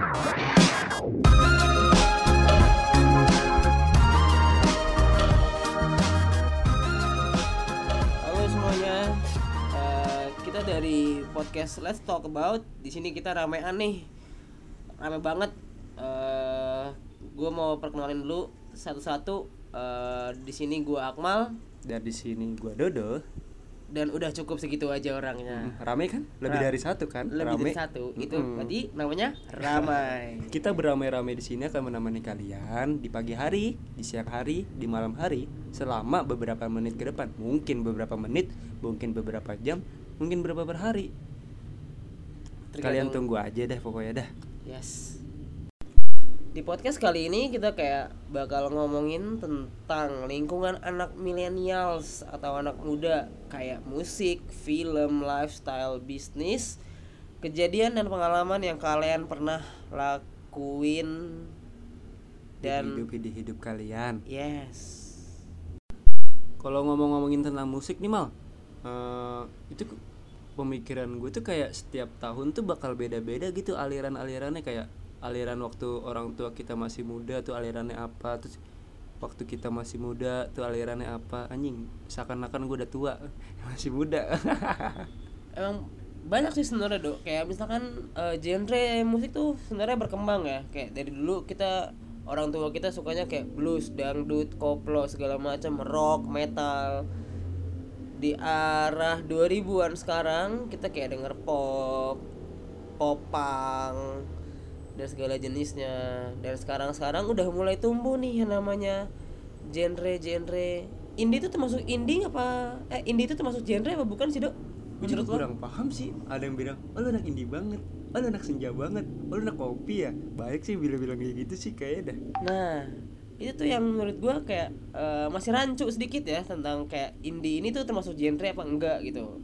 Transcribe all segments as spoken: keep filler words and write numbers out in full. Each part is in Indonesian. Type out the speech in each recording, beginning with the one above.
Halo semuanya, uh, kita dari podcast Let's Talk About. Di sini kita ramean nih, rame banget. Uh, gue mau perkenalin dulu satu-satu. Uh, di sini gue Akmal. Dan di sini gue Dodo. Dan udah cukup segitu aja orangnya. Hmm, rame kan? Lebih Ram- dari satu kan? Lebih rame. dari satu. Itu hmm. berarti namanya ramai. Kita beramai-ramai di sini akan menemani kalian di pagi hari, di siang hari, di malam hari, selama beberapa menit ke depan. Mungkin beberapa menit, mungkin beberapa jam, mungkin beberapa hari. Tergantung. Kalian tunggu aja deh pokoknya dah. Yes. Di podcast kali ini kita kayak bakal ngomongin tentang lingkungan anak millennials atau anak muda, kayak musik, film, lifestyle, bisnis, kejadian dan pengalaman yang kalian pernah lakuin dan di hidup di hidup kalian. Yes. Kalau ngomong-ngomongin tentang musik nih Mal, uh, itu pemikiran gue tuh kayak setiap tahun tuh bakal beda-beda gitu aliran-alirannya. Kayak aliran waktu orang tua kita masih muda tuh alirannya apa, terus waktu kita masih muda tuh alirannya apa. Anjing, seakan-akan gue udah tua masih muda. Emang banyak sih sebenarnya Dok, kayak misalkan uh, genre musik tuh sebenarnya berkembang ya. Kayak dari dulu kita, orang tua kita sukanya kayak blues, dangdut, koplo, segala macam, rock, metal. Di arah dua ribuan sekarang kita kayak denger pop, popang dan segala jenisnya. Dan sekarang-sekarang udah mulai tumbuh nih yang namanya genre-genre indie. Itu termasuk indie apa? Eh indie itu termasuk genre apa bukan sih Dok? Gue juga kurang paham sih. Ada yang bilang, oh lu anak indie banget, oh lu anak senja banget, oh lu anak kopi ya. Baik sih bilang-bilang kayak gitu sih kayaknya dah. Nah itu tuh yang menurut gue kayak uh, masih rancu sedikit ya, tentang kayak indie ini tuh termasuk genre apa enggak gitu.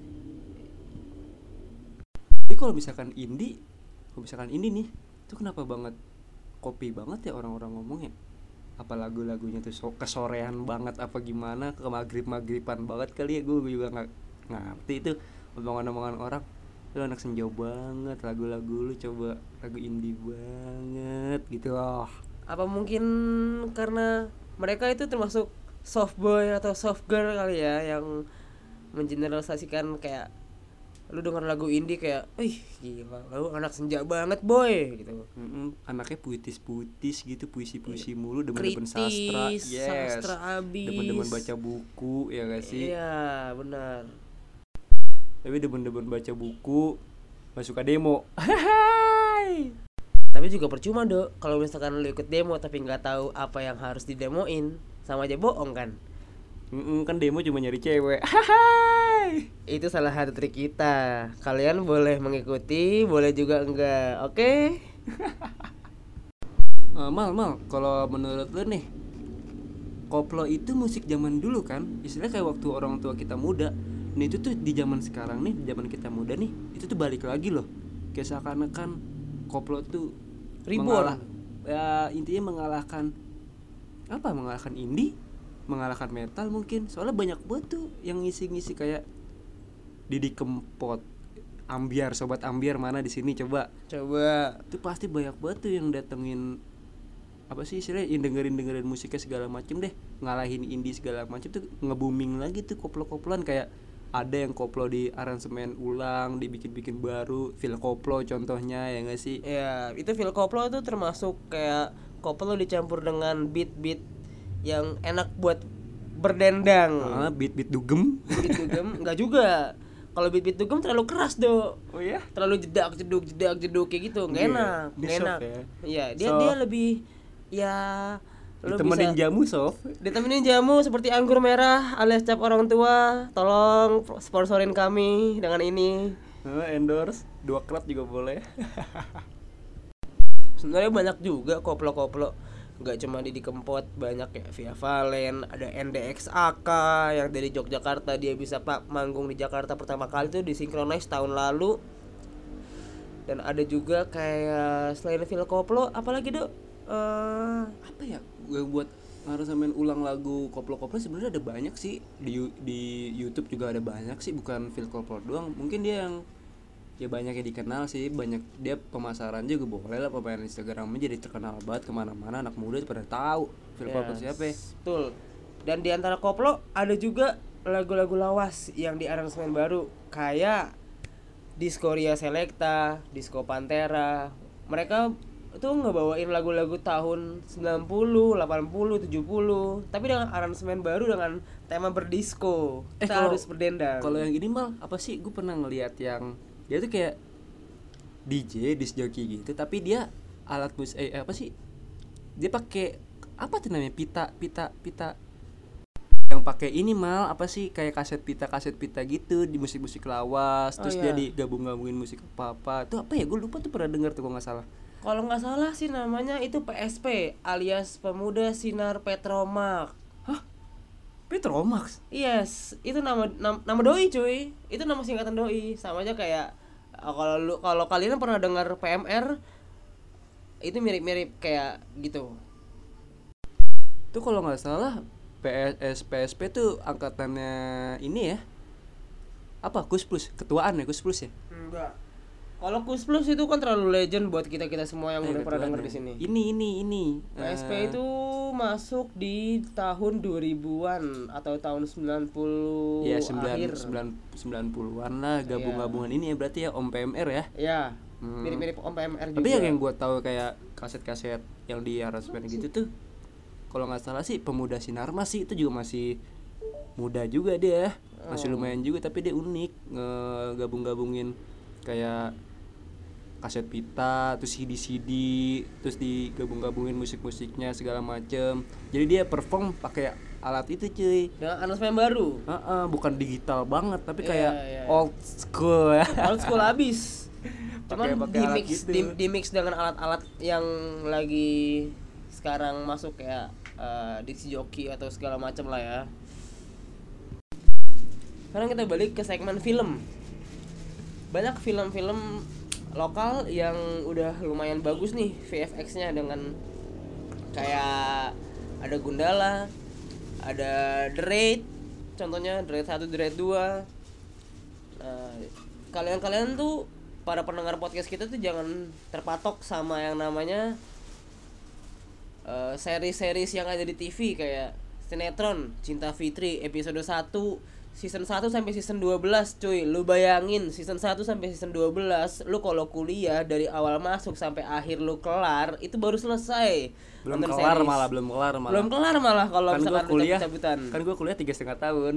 Jadi kalau misalkan indie, kalau misalkan indie nih, itu kenapa banget kopi banget ya orang-orang ngomongnya? Apa lagu-lagunya tuh so- kesorean banget apa gimana, ke maghrib-maghriban banget kali ya. Gue juga nggak ngerti itu omongan-omongan orang. Lu anak senja banget, lagu-lagu lu coba lagu indie banget gitu loh. Apa mungkin karena mereka itu termasuk soft boy atau soft girl kali ya, yang mengeneralisasikan kayak lu denger lagu indie kayak, ih gila, lu anak senja banget boy gitu. Mm-mm, anaknya puitis-puitis gitu, puisi-puisi mulu, demen-demen sastra, Kritis, yes, sastra abis, demen-demen baca buku, ya gak sih? Iya benar. Tapi demen-demen baca buku, gak suka demo. Tapi juga percuma Dok, kalau misalkan lu ikut demo tapi nggak tahu apa yang harus didemoin, sama aja bohong kan? Mm-mm, kan demo cuma nyari cewek. Itu salah satu trik kita. Kalian boleh mengikuti, boleh juga enggak, oke? Okay? uh, Mal, Mal, kalau menurut lu nih, koplo itu musik zaman dulu kan? Istilahnya kayak waktu orang tua kita muda. Nih itu tuh di zaman sekarang nih, di zaman kita muda nih, itu tuh balik lagi loh. Kayak seakan-akan koplo tuh ribuan. Ya intinya mengalahkan apa? Mengalahkan indie, mengalahkan metal mungkin. Soalnya banyak banget tuh yang ngisi-ngisi kayak Didi Kempot, Ambiar, sobat Ambiar mana di sini coba. Coba. Itu pasti banyak banget tuh yang datengin apa sih istilahnya, dengerin-dengerin musiknya segala macem deh, ngalahin indie segala macem tuh, nge-booming lagi tuh koplo-koploan. Kayak ada yang koplo di aransemen ulang, dibikin-bikin baru, feel koplo contohnya, ya nggak sih? Ya itu feel koplo tuh termasuk kayak koplo dicampur dengan beat-beat yang enak buat berdendang. Ah, beat-beat dugem. Beat dugem enggak juga. Kalau beat-beat dugem terlalu keras Dok. Oh iya? Terlalu jedak jeduk jedak jeduk kayak gitu, enggak enak. Enggak enak. Iya, dia so, dia lebih ya lu ditemenin bisa jamu sof. Ditemenin jamu seperti anggur merah alias cap orang tua. Tolong sponsorin kami dengan ini. Uh, endorse dua krat juga boleh. Sebenarnya banyak juga koplo-koplo, nggak cuma Didi Kempot, banyak ya Via Valen, ada N D X A K yang dari Yogyakarta, dia bisa pak manggung di Jakarta pertama kali tuh disinkronize tahun lalu. Dan ada juga kayak selain Phil Koplo, apalagi Dok? Uh, apa ya? Gue buat ngaransemen ulang lagu koplo-koplo sebenarnya ada banyak sih di di YouTube juga ada banyak sih, bukan Phil Koplo doang. Mungkin dia yang ya banyak yang dikenal sih, banyak dia pemasaran juga boleh lah, pemain Instagramnya jadi terkenal banget kemana-mana, anak muda pada tahu Phil Yes, Koplo siapa ya. betul. Dan di antara koplo ada juga lagu-lagu lawas yang di aransemen baru kayak Diskoria Selecta, Disco Pantera. Mereka tuh ngebawain lagu-lagu tahun sembilan puluh, delapan puluh, tujuh puluh tapi dengan aransemen baru dengan tema berdisco. Eh, Kita kalau- harus berdendang. Kalau yang ini mal apa sih, gue pernah ngeliat yang dia tuh kayak D J, disc jockey gitu, tapi dia alat musik eh apa sih, dia pakai apa tuh namanya, pita pita pita yang pakai ini mal apa sih, kayak kaset pita kaset pita gitu di musik-musik lawas, Oh, terus iya. dia digabung-gabungin musik apa apa tuh, apa ya, gue lupa tuh, pernah denger tuh kalau nggak salah. Kalau nggak salah sih namanya itu P S P alias Pemuda Sinar Petromak. Petromax. Yes, itu nama nama, nama doi cuy. Itu nama singkatan doi. Sama aja kayak uh, kalau lu kalau kalian pernah dengar P M R itu mirip-mirip kayak gitu. Tuh kalau nggak salah P S P S P tuh angkatannya ini ya, apa, Kus Plus, ketuaan ya, Kus Plus ya. Enggak. Kalau Kus Plus itu kan terlalu legend buat kita-kita semua yang Eh, udah pernah ketuaan denger ya. di sini. Ini ini ini. P S P eh, itu masuk di tahun dua ribuan atau tahun sembilan puluh ya sembilan akhir. sembilan sembilan puluhan lah, gabung-gabungan ini ya berarti ya Om P M R ya. Ya, Hmm. mirip-mirip Om P M R juga. Tapi yang yang gue tahu kayak kaset-kaset yang di aransemen gitu tuh, kalau nggak salah sih Pemuda Sinar Mas sih, itu juga masih muda juga dia, masih Oh. lumayan juga, tapi dia unik ngegabung-gabungin kayak kaset pita, terus C D C D, terus digabung-gabungin musik-musiknya segala macem. Jadi dia perform pakai alat itu cuy. Dengan aransemen baru. Heeh, bukan digital banget, tapi Iya, kayak iya. old school ya. Old school abis. Cuman Pakai- pakai di alat mix gitu. di, di mix dengan alat-alat yang lagi sekarang masuk kayak uh, dixie jockey atau segala macam lah ya. Sekarang kita balik ke segmen film. Banyak film-film lokal yang udah lumayan bagus nih V F X-nya, dengan kayak ada Gundala, ada The Raid, contohnya The Raid satu, The Raid dua. Nah, kalian-kalian tuh para pendengar podcast kita tuh jangan terpatok sama yang namanya uh, seri-series yang ada di T V kayak sinetron Cinta Fitri episode satu season satu sampai season dua belas cuy. Lu bayangin season satu sampai season dua belas, lu kalau kuliah dari awal masuk sampai akhir lu kelar itu baru selesai. Belum Nonton kelar series. malah, belum kelar malah. Belum kelar malah kalau Kan misalkan gua kuliah, lu cabut-cabutan. kan gue kuliah tiga setengah tahun.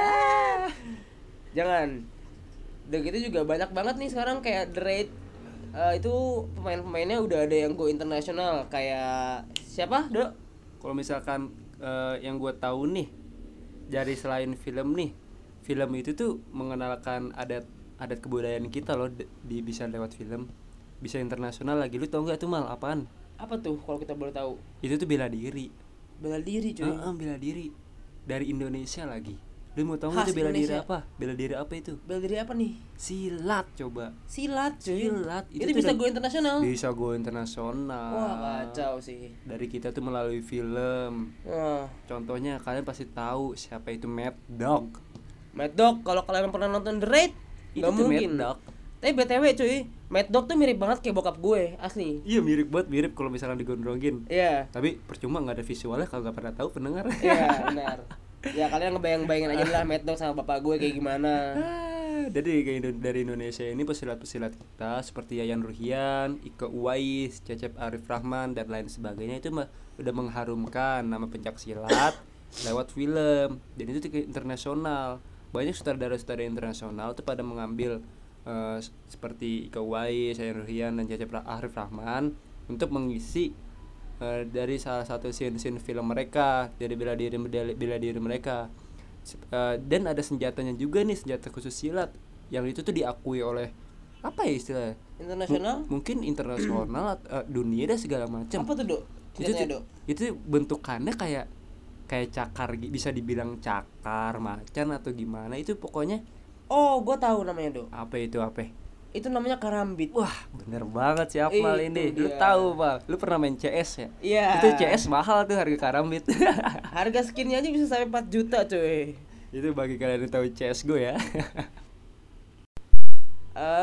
Jangan. Udah gitu juga banyak banget nih sekarang kayak The Raid. Uh, itu pemain-pemainnya udah ada yang go internasional kayak siapa, Dok? Kalau misalkan eh, yang gue tahu nih dari selain film nih, film itu tuh mengenalkan adat adat kebudayaan kita loh, d- di bisa lewat film, bisa internasional lagi. Lu tau nggak tuh mal apaan? Apa tuh kalau kita boleh tahu? Itu tuh bela diri. Bela diri cuy. Heeh, bela diri dari Indonesia lagi. Lu mau tahu nggak Khas tuh bela diri Indonesia. apa? Bela diri apa itu? Bela diri apa nih? Silat coba. Silat cuy. Silat Itu, tuh bisa udah- go internasional. Bisa go internasional. Wah, kacau sih. Dari kita tuh melalui film. Wah, Contohnya kalian pasti tahu siapa itu Mad Dog. Mad Dog kalau kalian pernah nonton The Raid, Itu nggak tuh mungkin. Mad Dog. Tapi B T W cuy, Mad Dog tuh mirip banget kayak bokap gue, asli. Iya mirip banget, mirip kalau misalkan digondrongin. Iya. Tapi percuma nggak ada visualnya kalau nggak pernah tahu pendengar. Iya, benar. Ya kalian ngebayang-bayangin aja lah Mad Dog sama bapak gue kayak gimana. Ah, Jadi kayak Indo- dari Indonesia ini pesilat-pesilat kita seperti Yayan Ruhian, Iko Uwais, Cecep Arif Rahman dan lain sebagainya itu mah udah mengharumkan nama pencak silat lewat film. Dan itu tuh ke internasional. Banyak sutradara-sutradara internasional tuh pada mengambil eh, seperti Iko Uwais, Yayan Ruhian dan Cecep Ra- Arif Rahman untuk mengisi eh, dari salah satu scene-scene film mereka, dari bela diri bela diri mereka. Uh, dan ada senjatanya juga nih, senjata khusus silat yang itu tuh diakui oleh apa ya istilahnya, Internasional? M- mungkin internasional uh, dunia dan segala macam. Apa tuh, Dok? itu Senjatanya, tuh- Dok? itu bentukannya kayak kayak cakar, gi- bisa dibilang cakar macan atau gimana, itu pokoknya. Oh, gue tahu namanya, Dok. Apa itu apa Itu namanya karambit. wah bener banget sih Akmal Itu ini. Lu dia. tahu Pak, lu pernah main C S ya? Iya. Itu C S mahal tuh harga karambit. Harga skinnya aja bisa sampai empat juta, cuy. Itu bagi kalian yang tahu C S G O ya. Eh,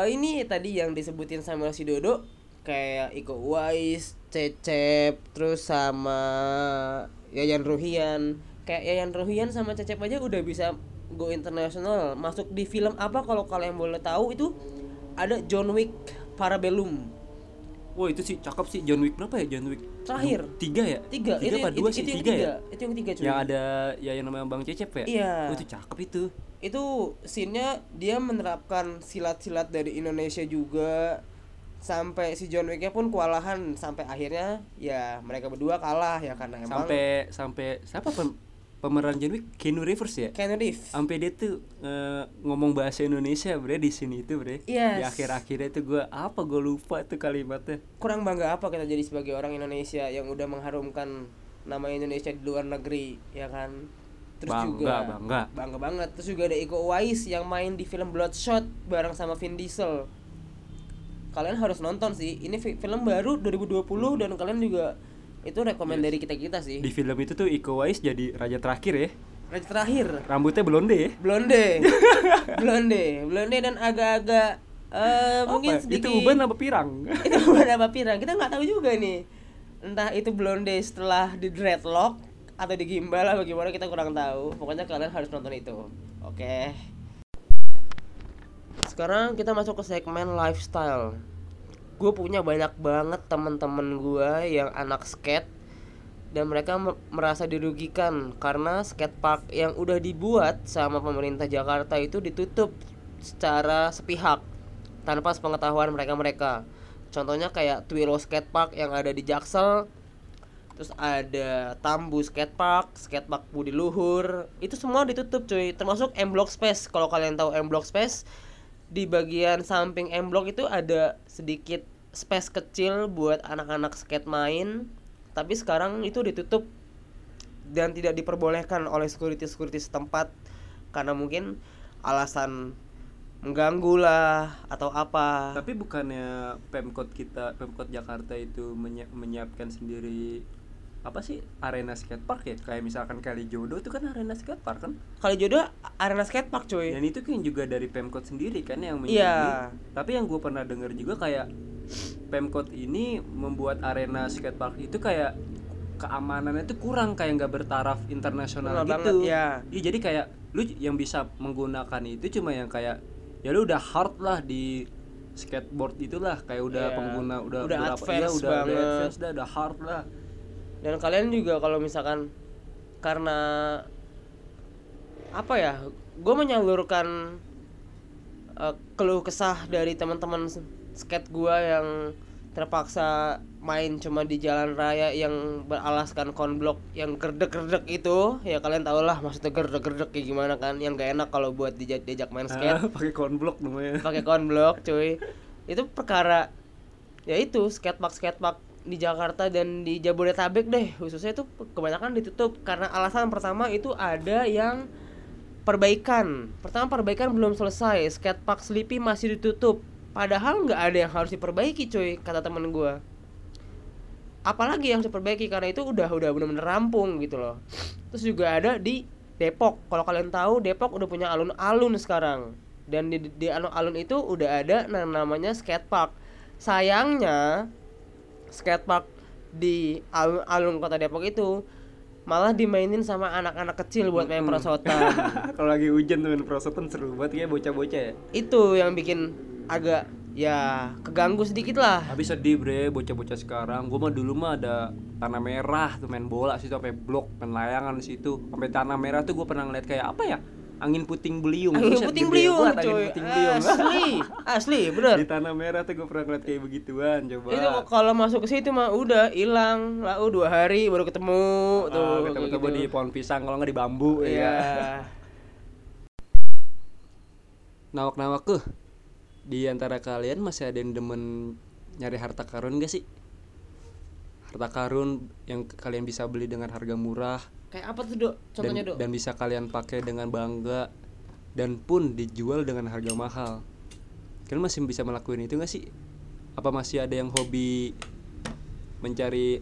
uh, ini tadi yang disebutin Samuel Sidodo kayak Iko Uwais, Cecep, terus sama Yayan Ruhian. Kayak Yayan Ruhian sama Cecep aja udah bisa go internasional. Masuk di film apa kalau kalian boleh tahu itu ada John Wick Parabellum. Wah itu sih cakep sih. John Wick berapa ya? John Wick Terakhir tiga ya? Tiga, tiga itu, apa dua itu, sih? itu yang Tiga ketiga. ya? Itu yang ketiga cuy. Yang ada ya yang namanya Bang Cecep ya? Iya. Oh, itu cakep itu. Itu scene-nya dia menerapkan silat-silat dari Indonesia juga. Sampai si John Wick-nya pun kewalahan. Sampai akhirnya ya mereka berdua kalah ya karena emang Sampai sampai siapa pem, pemeran John Wick? Keanu Reeves ya? Keanu Reeves. Sampai dia tuh uh, ngomong bahasa Indonesia bre di sini itu bre. Yes. Di akhir-akhirnya tuh gue apa gue lupa tuh kalimatnya. Kurang bangga apa kita jadi sebagai orang Indonesia yang udah mengharumkan nama Indonesia di luar negeri ya kan. Terus Bangga, juga bangga. Bangga banget. Terus juga ada Iko Uwais yang main di film Bloodshot bareng sama Vin Diesel. Kalian harus nonton sih. Ini fi- film baru dua ribu dua puluh dan kalian juga itu rekomend Yes. dari kita-kita sih. Di film itu tuh Iko Uwais jadi raja terakhir ya. Raja terakhir. Rambutnya blonde ya. Blonde. Blonde. Blonde dan agak-agak eh mungkin Apa? sedikit Itu uban apa pirang? itu uban apa pirang kita nggak tahu juga nih, entah itu blonde setelah di dreadlock atau di gimbal lah bagaimana kita kurang tahu. Pokoknya kalian harus nonton itu. Oke, sekarang kita masuk ke segmen lifestyle. Gue punya banyak banget teman-teman gue yang anak skate dan mereka m- merasa dirugikan karena skatepark yang udah dibuat sama pemerintah Jakarta itu ditutup secara sepihak tanpa sepengetahuan mereka-mereka. Contohnya kayak Twilo Skatepark yang ada di Jaksel, terus ada Tambu Skatepark, Skatepark Budi Luhur, itu semua ditutup cuy. Termasuk M Block Space. Kalau kalian tahu M Block Space, di bagian samping M Block itu ada sedikit space kecil buat anak-anak skate main. Tapi sekarang itu ditutup dan tidak diperbolehkan oleh security-security setempat karena mungkin alasan mengganggu lah atau apa. Tapi bukannya Pemkot kita, Pemkot Jakarta itu menyi- menyiapkan sendiri apa sih arena skatepark ya? Kayak misalkan Kalijodo itu kan arena skatepark kan? Kalau jodoh arena skatepark cuy. Dan itu kan juga dari Pemkot sendiri kan yang menyediakan. Iya. Tapi yang gue pernah dengar juga kayak Pemkot ini membuat arena skatepark itu kayak keamanannya itu kurang, kayak nggak bertaraf internasional Betul gitu. banget, ya. Iya, jadi kayak lu yang bisa menggunakan itu cuma yang kayak ya lu udah hard lah di skateboard itulah, kayak udah Iya. pengguna udah Udah berapa advance ya udah banget. udah advance dah, udah hard lah. Dan kalian juga kalau misalkan karena apa ya, gue menyalurkan uh, keluh kesah dari teman-teman skate gue yang terpaksa main cuma di jalan raya yang beralaskan konblok yang gerdek-gerdek itu, ya kalian tau lah maksudnya gerdek-gerdek kayak gimana kan, yang gak enak kalau buat dijak diajak main skate. Ah, pakai konblok namanya. Pakai konblok cuy. Itu perkara ya itu skatepark skatepark di Jakarta dan di Jabodetabek deh khususnya itu kebanyakan ditutup karena alasan pertama itu ada yang perbaikan. Pertama perbaikan belum selesai, skatepark Sleepy masih ditutup. Padahal nggak ada yang harus diperbaiki cuy, kata temen gue. Apalagi yang harus diperbaiki karena itu udah udah benar-benar rampung gitu loh. Terus juga ada di Depok. Kalau kalian tahu Depok udah punya alun-alun sekarang. Dan di, di alun-alun itu udah ada yang namanya skatepark. Sayangnya skatepark di alun-alun kota Depok itu malah dimainin sama anak-anak kecil buat main perosotan. Kalau lagi hujan tuh main perosotan seru banget kayak bocah-bocah ya. Itu yang bikin agak ya keganggu sedikit lah. Tapi sedih bre, bocah-bocah sekarang. Gue mah dulu mah ada tanah merah tuh main bola situ sampai blok, main layangan di situ. Sampai tanah merah tuh gue pernah ngeliat kayak apa ya? Angin puting beliung. Angin Buset, puting gede beliung banget angin cuy. puting beliung. Asli, asli bener. Di tanah merah tuh gue pernah ngeliat kayak begituan, coba. Itu kalau masuk ke situ mah udah hilang, lalu dua hari baru ketemu tuh. Ah, ketemu-ketemu kayak di gitu. pohon pisang kalau nggak di bambu Iya. ya. Nawak-nawak tuh. Di antara kalian masih ada yang demen nyari harta karun gak sih? Harta karun yang kalian bisa beli dengan harga murah. Kayak apa tuh, Dok? Contohnya, dan, Dok. dan bisa kalian pakai dengan bangga dan pun dijual dengan harga mahal. Kalian masih bisa melakukan itu gak sih? Apa masih ada yang hobi mencari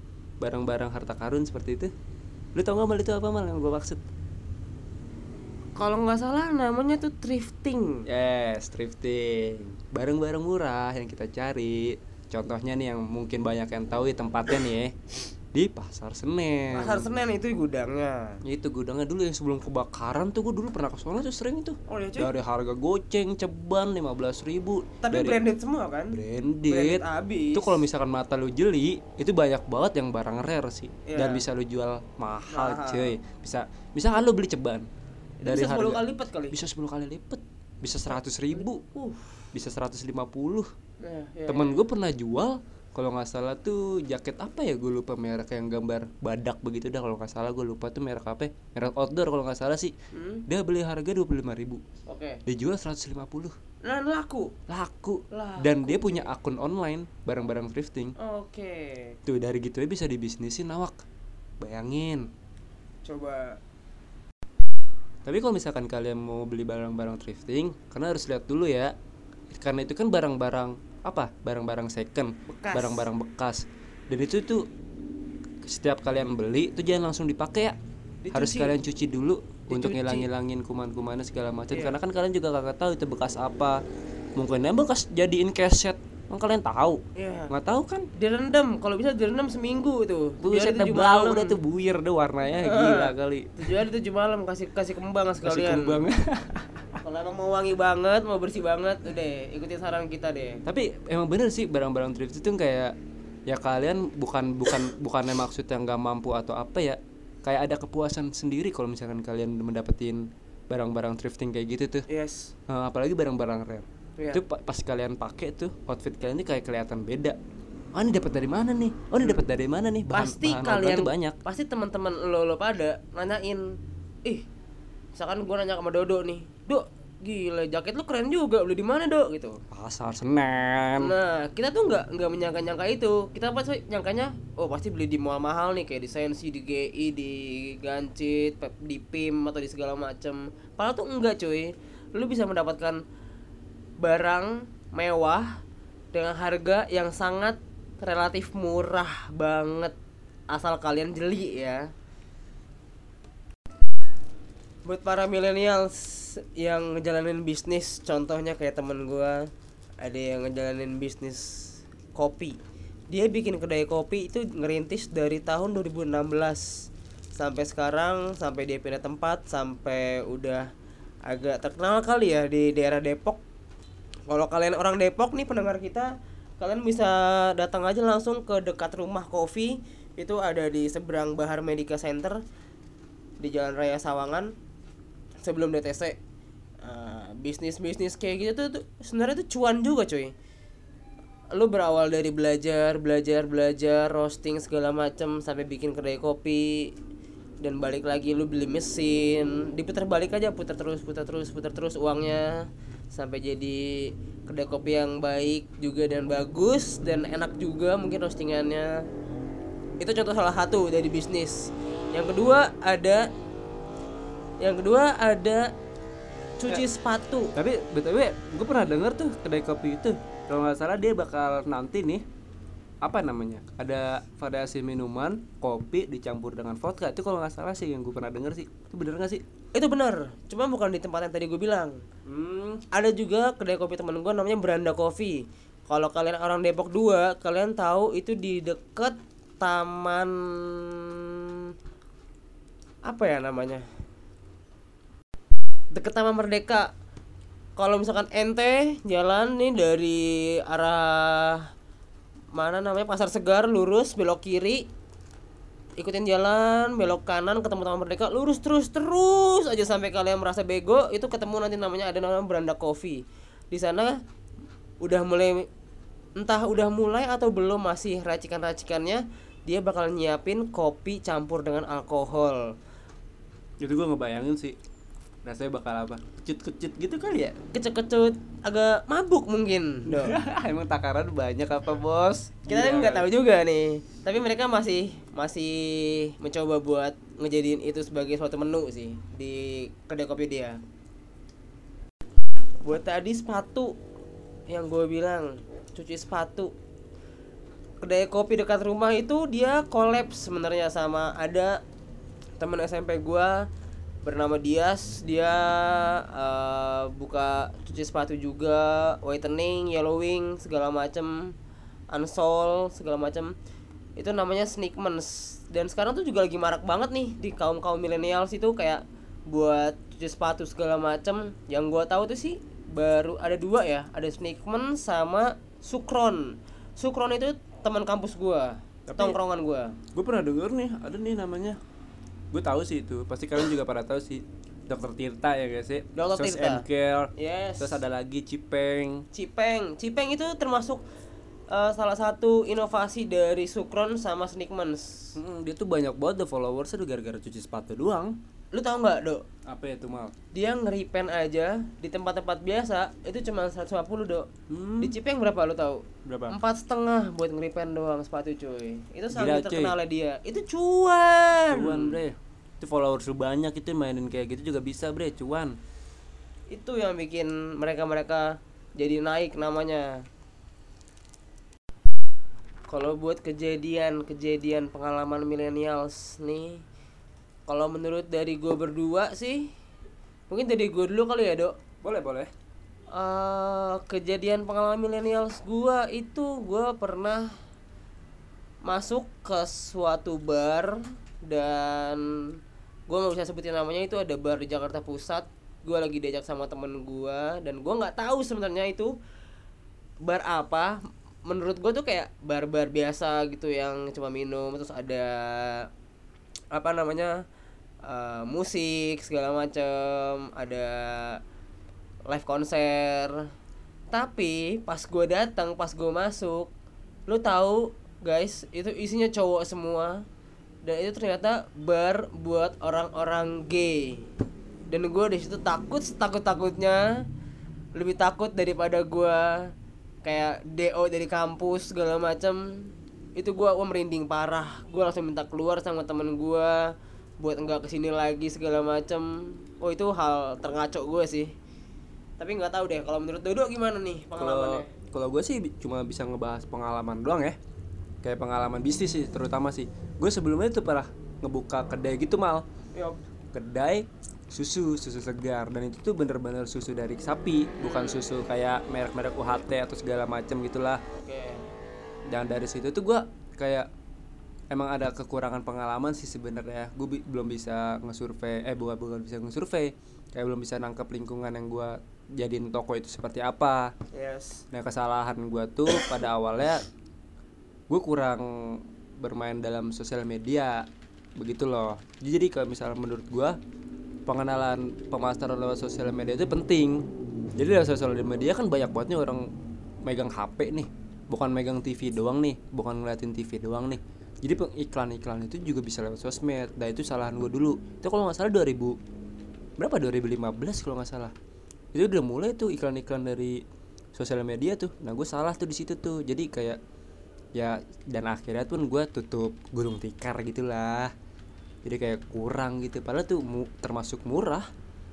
barang-barang harta karun seperti itu? Lu tau gak mal itu apa mal yang gue maksud? kalau nggak salah namanya tuh thrifting. Yes, thrifting. Barang-barang murah yang kita cari. Contohnya nih yang mungkin banyak yang tahu ya tempatnya nih ya. Di Pasar Senen. Pasar Senen itu gudangnya. Itu gudangnya dulu yang sebelum kebakaran tuh, gue dulu pernah ke sana tuh sering itu. Oh iya cuy. Dari harga goceng ceban lima belas ribu. Tapi dari branded semua kan? Branded. Branded abis. Itu kalau misalkan mata lu jeli, itu banyak banget yang barang rare sih. Iya. Dan bisa lu jual mahal, Mahal. cuy. Bisa misalkan lu beli ceban Itu bisa sepuluh kali lipat kali. Bisa sepuluh kali lipat. Bisa seratus ribu. Uh. Bisa seratus lima puluh. Nah, ya, Temen ya. gue pernah jual, kalau nggak salah tuh jaket apa ya, gue lupa merek yang gambar badak begitu dah, kalau nggak salah gue lupa tuh merek apa, merek outdoor kalau nggak salah sih. Hmm? Dia beli harga dua puluh lima ribu, Oke. dia jual seratus lima puluh. Nah, laku. Laku. Laku. Dan dia punya akun online barang-barang thrifting. Oke. Tuh dari gitu ya bisa dibisnisin awak. Bayangin. Coba. Tapi kalau misalkan kalian mau beli barang-barang thrifting, karena harus lihat dulu ya, karena itu kan barang-barang apa, barang-barang second, Bekas. barang-barang bekas. Dan itu tuh setiap kalian beli itu jangan langsung dipakai ya. Dicuci. Harus kalian cuci dulu untuk Dicuci. ngilang-ngilangin kuman-kumannya segala macam. Iya. Karena kan kalian juga kagak tahu itu bekas apa. Mungkin ya bekas jadiin keset. Kan kalian tahu. Iya. Nggak tahu kan? Direndam, kalau bisa direndam seminggu tuh. Tujuh Buset hari tujuh tebal malam. udah tuh buyir deh warnanya, Eh. gila kali. Tujuh hari tujuh malam kasih kasih kembang Kasih sekalian. kembang. Kalau emang mau wangi banget, mau bersih banget, udah ikutin saran kita deh. Tapi emang bener sih barang-barang thrift itu kayak ya kalian bukan bukan bukannya maksud yang nggak mampu atau apa ya, kayak ada kepuasan sendiri kalau misalkan kalian mendapetin barang-barang thrifting kayak gitu tuh. Yes. Nah, apalagi barang-barang rare. Iya. Itu pa- pas kalian pakai tuh outfit kalian ini kayak kelihatan beda. Oh ini dapat dari mana nih? Oh ini dapat dari mana nih? Bahan, Pasti bahan kalian tuh banyak. pasti teman-teman lo lo pada nanyain, ih, misalkan gue nanya sama Dodo nih, Dok, gila jaket lu keren juga, beli di mana Dok gitu. Pasar Senen. Nah kita tuh nggak nggak menyangka-nyangka itu, kita pasti nyangkanya, oh pasti beli di mall mahal nih kayak di Sensi, di G I, di Gancit, Pep- di P I M atau di segala macem. Padahal tuh enggak cuy, lu bisa mendapatkan barang mewah dengan harga yang sangat relatif murah banget asal kalian jeli ya. Buat para millennials yang ngejalanin bisnis, contohnya kayak temen gua, ada yang ngejalanin bisnis kopi. Dia bikin kedai kopi itu ngerintis dari tahun dua ribu enam belas sampai sekarang, sampai dia pindah tempat, sampai udah agak terkenal kali ya di daerah Depok. Kalau kalian orang Depok nih pendengar kita, kalian bisa datang aja langsung ke dekat rumah Coffee. Itu ada di seberang Bahar Medica Center di Jalan Raya Sawangan sebelum D T C. Uh, bisnis-bisnis kayak gitu tuh, tuh sebenarnya tuh cuan juga cuy. Lu berawal dari belajar, belajar, belajar, roasting segala macam sampai bikin kedai kopi, dan balik lagi lu beli mesin, diputar balik aja, putar terus, putar terus, putar terus uangnya sampai jadi kedai kopi yang baik juga dan bagus dan enak juga mungkin roastingannya. Itu contoh salah satu dari bisnis. Yang kedua ada yang kedua ada cuci sepatu. Tapi btw gue pernah denger tuh kedai kopi itu, kalau nggak salah dia bakal nanti nih apa namanya, ada variasi minuman kopi dicampur dengan vodka. Itu kalau nggak salah sih yang gue pernah denger sih. Itu bener nggak sih? Itu benar, cuma bukan di tempat yang tadi gue bilang. Hmm. Ada juga kedai kopi temen gue namanya Beranda Coffee. Kalau kalian orang Depok dua, kalian tahu itu di deket taman apa ya namanya? Deket Taman Merdeka. Kalau misalkan ente jalan nih dari arah mana namanya Pasar Segar, lurus belok kiri, ikutin jalan belok kanan ketemu Taman Merdeka, lurus terus terus aja sampai kalian merasa bego, itu ketemu nanti namanya ada namanya Beranda Coffee. Di sana udah mulai, entah udah mulai atau belum, masih racikan-racikannya, dia bakal nyiapin kopi campur dengan alkohol. Itu gue ngebayangin sih rasanya bakal apa, kecut-kecut gitu kali ya. Kecut-kecut, agak mabuk mungkin dong. Emang takaran banyak apa bos? Kita kan nggak tahu juga nih, tapi mereka masih masih mencoba buat ngejadiin itu sebagai suatu menu sih di kedai kopi dia. Buat tadi sepatu yang gue bilang, cuci sepatu, kedai kopi dekat rumah itu dia collab sebenarnya sama ada temen S M P gue bernama Dias. Dia uh, buka cuci sepatu juga, whitening, yellowing, segala macem, unsole, segala macem. Itu namanya Sneakmans. Dan sekarang tuh juga lagi marak banget nih di kaum-kaum millennials itu kayak buat cuci sepatu segala macem. Yang gua tahu tuh sih baru ada dua ya, ada Sneakman sama Sukron. Sukron itu teman kampus gua, Tapi tongkrongan gua. gue pernah denger nih, ada nih namanya. Gue tahu sih itu, pasti kalian juga pada tahu sih. Dokter Tirta ya guys sih. Dokter Sos Tirta. and Care. Yes. Terus ada lagi Cipeng. Cipeng. Cipeng itu termasuk uh, salah satu inovasi dari Sukron sama Sneakmans. Hmm, dia tuh banyak banget the followersnya tuh gara-gara cuci sepatu doang. Lu tahu nggak, Dok? Apa ya tuh Mal? Dia ngeripen aja di tempat-tempat biasa itu cuma seratus lima puluh, Dok. Hmm. Di Cipeng berapa lu tahu? Berapa? Empat setengah buat ngeripen doang sepatu cuy. Itu Gila, sangat cuy. terkenalnya dia. Itu cuan. Cuan bre. Itu followers lu banyak, itu mainin kayak gitu juga bisa bre, cuan. Itu yang bikin mereka-mereka jadi naik namanya. Kalau buat kejadian-kejadian pengalaman millennials nih, kalau menurut dari gue berdua sih, mungkin dari gue dulu kali ya, Dok. Boleh, boleh. Uh, kejadian pengalaman millennials gue itu gue pernah masuk ke suatu bar dan gue nggak bisa sebutin namanya, itu ada bar di Jakarta Pusat. Gue lagi diajak sama temen gue dan gue nggak tahu sebenarnya itu bar apa. Menurut gue tuh kayak bar-bar biasa gitu yang cuma minum, terus ada apa namanya uh, musik segala macem, ada live konser. Tapi pas gue datang, pas gue masuk, lu tahu guys, itu isinya cowok semua. Dan itu ternyata bar buat orang-orang gay. Dan gue di situ takut, takut takutnya, lebih takut daripada gue kayak D O dari kampus segala macam. Itu gue gue merinding parah. Gue langsung minta keluar sama temen gue buat enggak kesini lagi segala macam. Oh itu hal terngaco gue sih. Tapi nggak tahu deh kalau menurut Dodo gimana nih pengalamannya. Kalau gue sih cuma bisa ngebahas pengalaman doang ya. Kayak pengalaman bisnis sih terutama sih. Gue sebelumnya tuh pernah ngebuka kedai gitu Mal. Yop. Kedai susu, susu segar, dan itu tuh bener-bener susu dari sapi, bukan susu kayak merek-merek U H T atau segala macam gitulah. Oke. Dan dari situ tuh gue kayak emang ada kekurangan pengalaman sih sebenarnya. Gue bi- belum bisa ngesurvei, eh bukan bukan bisa ngesurvei, kayak belum bisa nangkep lingkungan yang gue jadiin toko itu seperti apa. Yes. Nah kesalahan gue tuh pada awalnya gue kurang bermain dalam sosial media, begitu loh. Jadi kalau misalnya menurut gue pengenalan pemasaran lewat sosial media itu penting. Jadi lewat sosial media kan banyak banget nih orang megang H P nih, bukan megang T V doang nih, bukan ngeliatin T V doang nih. Jadi iklan-iklan itu juga bisa lewat sosmed. Nah itu salahan gue dulu. Itu kalau nggak salah dua ribu berapa dua ribu lima belas kalau nggak salah. Itu udah mulai tuh iklan-iklan dari sosial media tuh. Nah gue salah tuh di situ tuh. Jadi kayak ya dan akhirnya pun gue tutup gulung tikar gitulah. Jadi kayak kurang gitu. Padahal tuh mu, termasuk murah.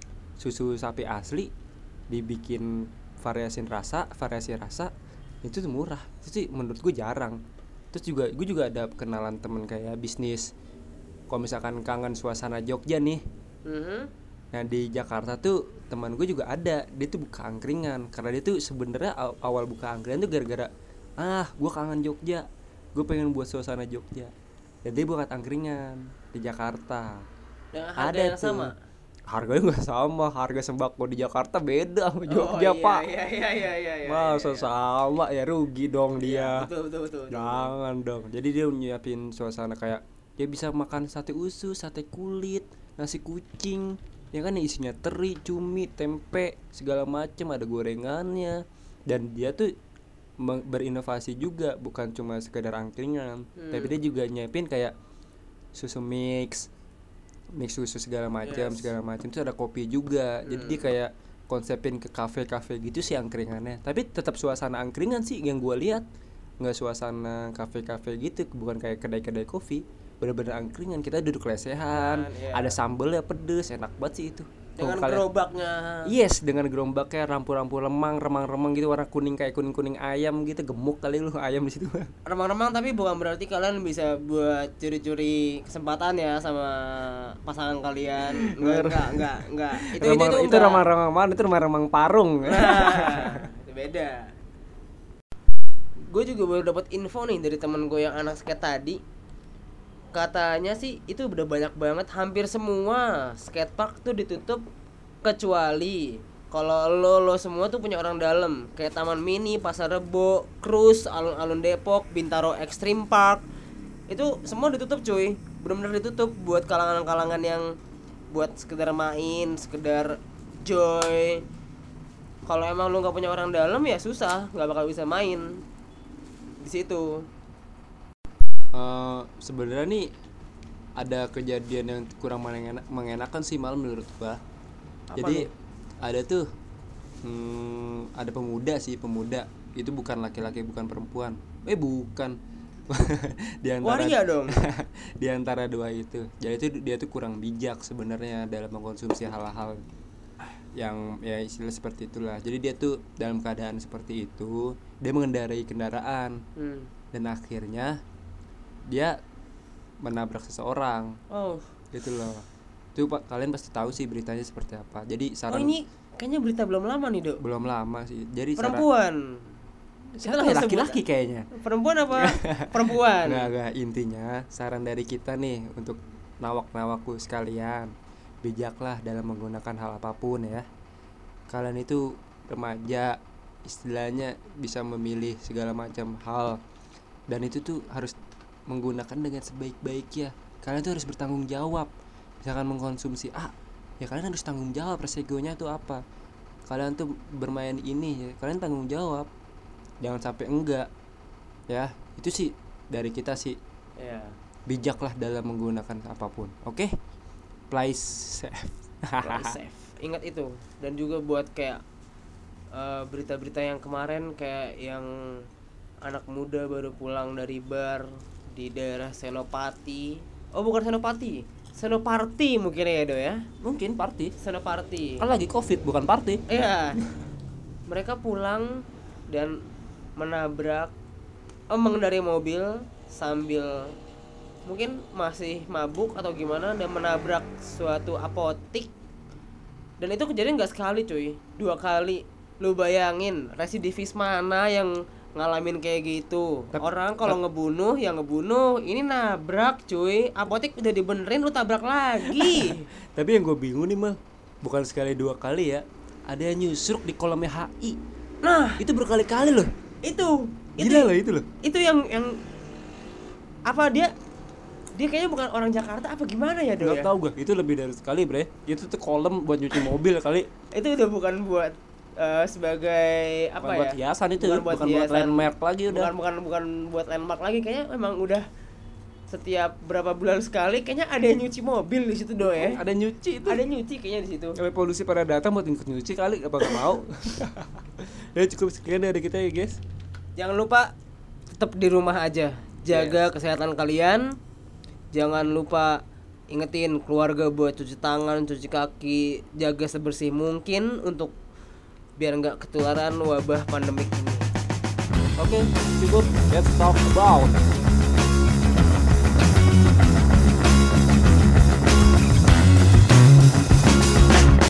Susu sapi asli dibikin variasi rasa, variasi rasa itu tuh murah. Itu sih menurut gue jarang. Terus juga gue juga ada kenalan temen kayak bisnis. Kalau misalkan kangen suasana Jogja nih. Mm-hmm. Nah di Jakarta tuh teman gue juga ada. Dia tuh buka angkringan. Karena dia tuh sebenarnya awal buka angkringan tuh gara-gara ah gue kangen Jogja, gue pengen buat suasana Jogja. Dan dia buat angkringan di Jakarta. Dengan harga Ada yang tuh. sama. Harganya nggak sama, harga sembako di Jakarta beda sama Jogja oh, iya, pak. Iya iya iya iya. iya Masa iya. sama ya rugi dong dia. Betul betul betul. betul. Jangan dong. Jadi dia nyiapin suasana kayak dia bisa makan sate usus, sate kulit, nasi kucing, ya kan isinya teri, cumi, tempe, segala macem, ada gorengannya. Dan dia tuh berinovasi juga, bukan cuma sekedar angkringan, hmm. tapi dia juga nyiapin kayak susu mix, mix susu segala macam, yes. segala macam. Terus ada kopi juga. Hmm. Jadi dia kayak konsepin ke kafe-kafe gitu sih angkringannya. Tapi tetap suasana angkringan sih yang gue lihat, nggak suasana kafe-kafe gitu, bukan kayak kedai-kedai kopi. Bener-bener angkringan, kita duduk lesehan, yeah. ada sambelnya pedes, enak banget sih itu. Dengan kalian- gerobaknya. Yes, dengan gerombaknya rampu-rampu lemang, remang-remang gitu warna kuning kayak kuning-kuning ayam gitu, gemuk kali lu ayam di situ. Remang-remang tapi bukan berarti kalian bisa buat curi-curi kesempatan ya sama pasangan kalian. Enggak, enggak, enggak, enggak. Itu itu, Remang- itu, itu enggak. remang-remang mana? Itu remang-remang parung. Nah, itu beda. Gue juga baru dapat info nih dari temen gue yang anak skate tadi. Katanya sih itu udah banyak banget, hampir semua skatepark tuh ditutup kecuali kalau lo lo semua tuh punya orang dalam, kayak Taman Mini, Pasar Rebo, Cruise, Alun-alun Depok, Bintaro Extreme Park. Itu semua ditutup cuy. Benar-benar ditutup buat kalangan-kalangan yang buat sekedar main, sekedar joy. Kalau emang lo nggak punya orang dalam ya susah, nggak bakal bisa main di situ. Uh, sebenarnya nih ada kejadian yang kurang mengenak, mengenakan sih malah menurut gua. Apa Jadi nih? ada tuh hmm, ada pemuda sih pemuda itu bukan laki-laki bukan perempuan. Eh bukan. Di antara Waria dong. di antara dua itu. Jadi itu dia tuh kurang bijak sebenarnya dalam mengkonsumsi hal-hal yang ya istilah seperti itulah. Jadi dia tuh dalam keadaan seperti itu dia mengendarai kendaraan Hmm. dan akhirnya dia menabrak seseorang Oh. gitu loh. Itu Pak kalian pasti tahu sih beritanya seperti apa. Jadi Oh saran ini kayaknya berita belum lama nih, Dok. belum lama sih. Jadi saran Perempuan. siapa langsung ya? sebut- Laki-laki kayaknya. Perempuan apa? Perempuan. Enggak, enggak, intinya saran dari kita nih untuk nawak-nawakku sekalian, bijaklah dalam menggunakan hal apapun ya. Kalian itu remaja, istilahnya bisa memilih segala macam hal dan itu tuh harus menggunakan dengan sebaik-baiknya. Kalian tuh harus bertanggung jawab. Misalkan mengkonsumsi A, ya kalian harus tanggung jawab resikonya tuh apa. Kalian tuh bermain ini ya, kalian tanggung jawab. Jangan sampai enggak. Ya, itu sih dari kita sih. Ya. Bijaklah dalam menggunakan apapun. Oke? Play safe. Play safe. Ingat itu. Dan juga buat kayak eh, berita-berita yang kemarin kayak yang anak muda baru pulang dari bar di daerah Senopati. Oh, bukan Senopati. Senoparty mungkin ya, Do ya. Mungkin party. Senoparty. Kan lagi Covid bukan party. Iya. Mereka pulang dan menabrak oh, mengendarai mobil sambil mungkin masih mabuk atau gimana dan menabrak suatu apotik. Dan itu kejadian gak sekali cuy, dua kali. Lu bayangin residivis mana yang ngalamin kayak gitu. Tapi- Orang kalau ngebunuh ya ngebunuh, ini nabrak cuy. Apotik udah dibenerin lu tabrak lagi. Tapi yang gue bingung nih mal, bukan sekali dua kali ya. Ada yang nyusruk di kolomnya H I. Nah, Itu berkali-kali loh. itu itu Gila loh itu loh. itu yang yang apa dia dia kayaknya bukan orang Jakarta apa gimana ya, Do Nggak ya? tahu gue. Itu lebih dari sekali bre. Itu tuh kolom buat nyuci mobil kali. Itu udah bukan buat eh, sebagai apa Bukan ya? buat hiasan itu. Bukan buat Bukan buat hiasan. landmark lagi udah. Bukan bukan bukan buat landmark lagi, kayaknya memang udah setiap berapa bulan sekali kayaknya ada yang nyuci mobil di situ, Do ya. Ada nyuci itu. Ada nyuci kayaknya di situ. Sampai polusi pada datang buat ikut nyuci kali apa gak mau. Ya cukup sekian dari kita ya guys. Jangan lupa tetap di rumah aja. Jaga kesehatan kalian. Jangan lupa ingetin keluarga buat cuci tangan, cuci kaki, jaga sebersih mungkin untuk biar nggak ketularan wabah pandemik ini. Oke, cukup. Let's talk about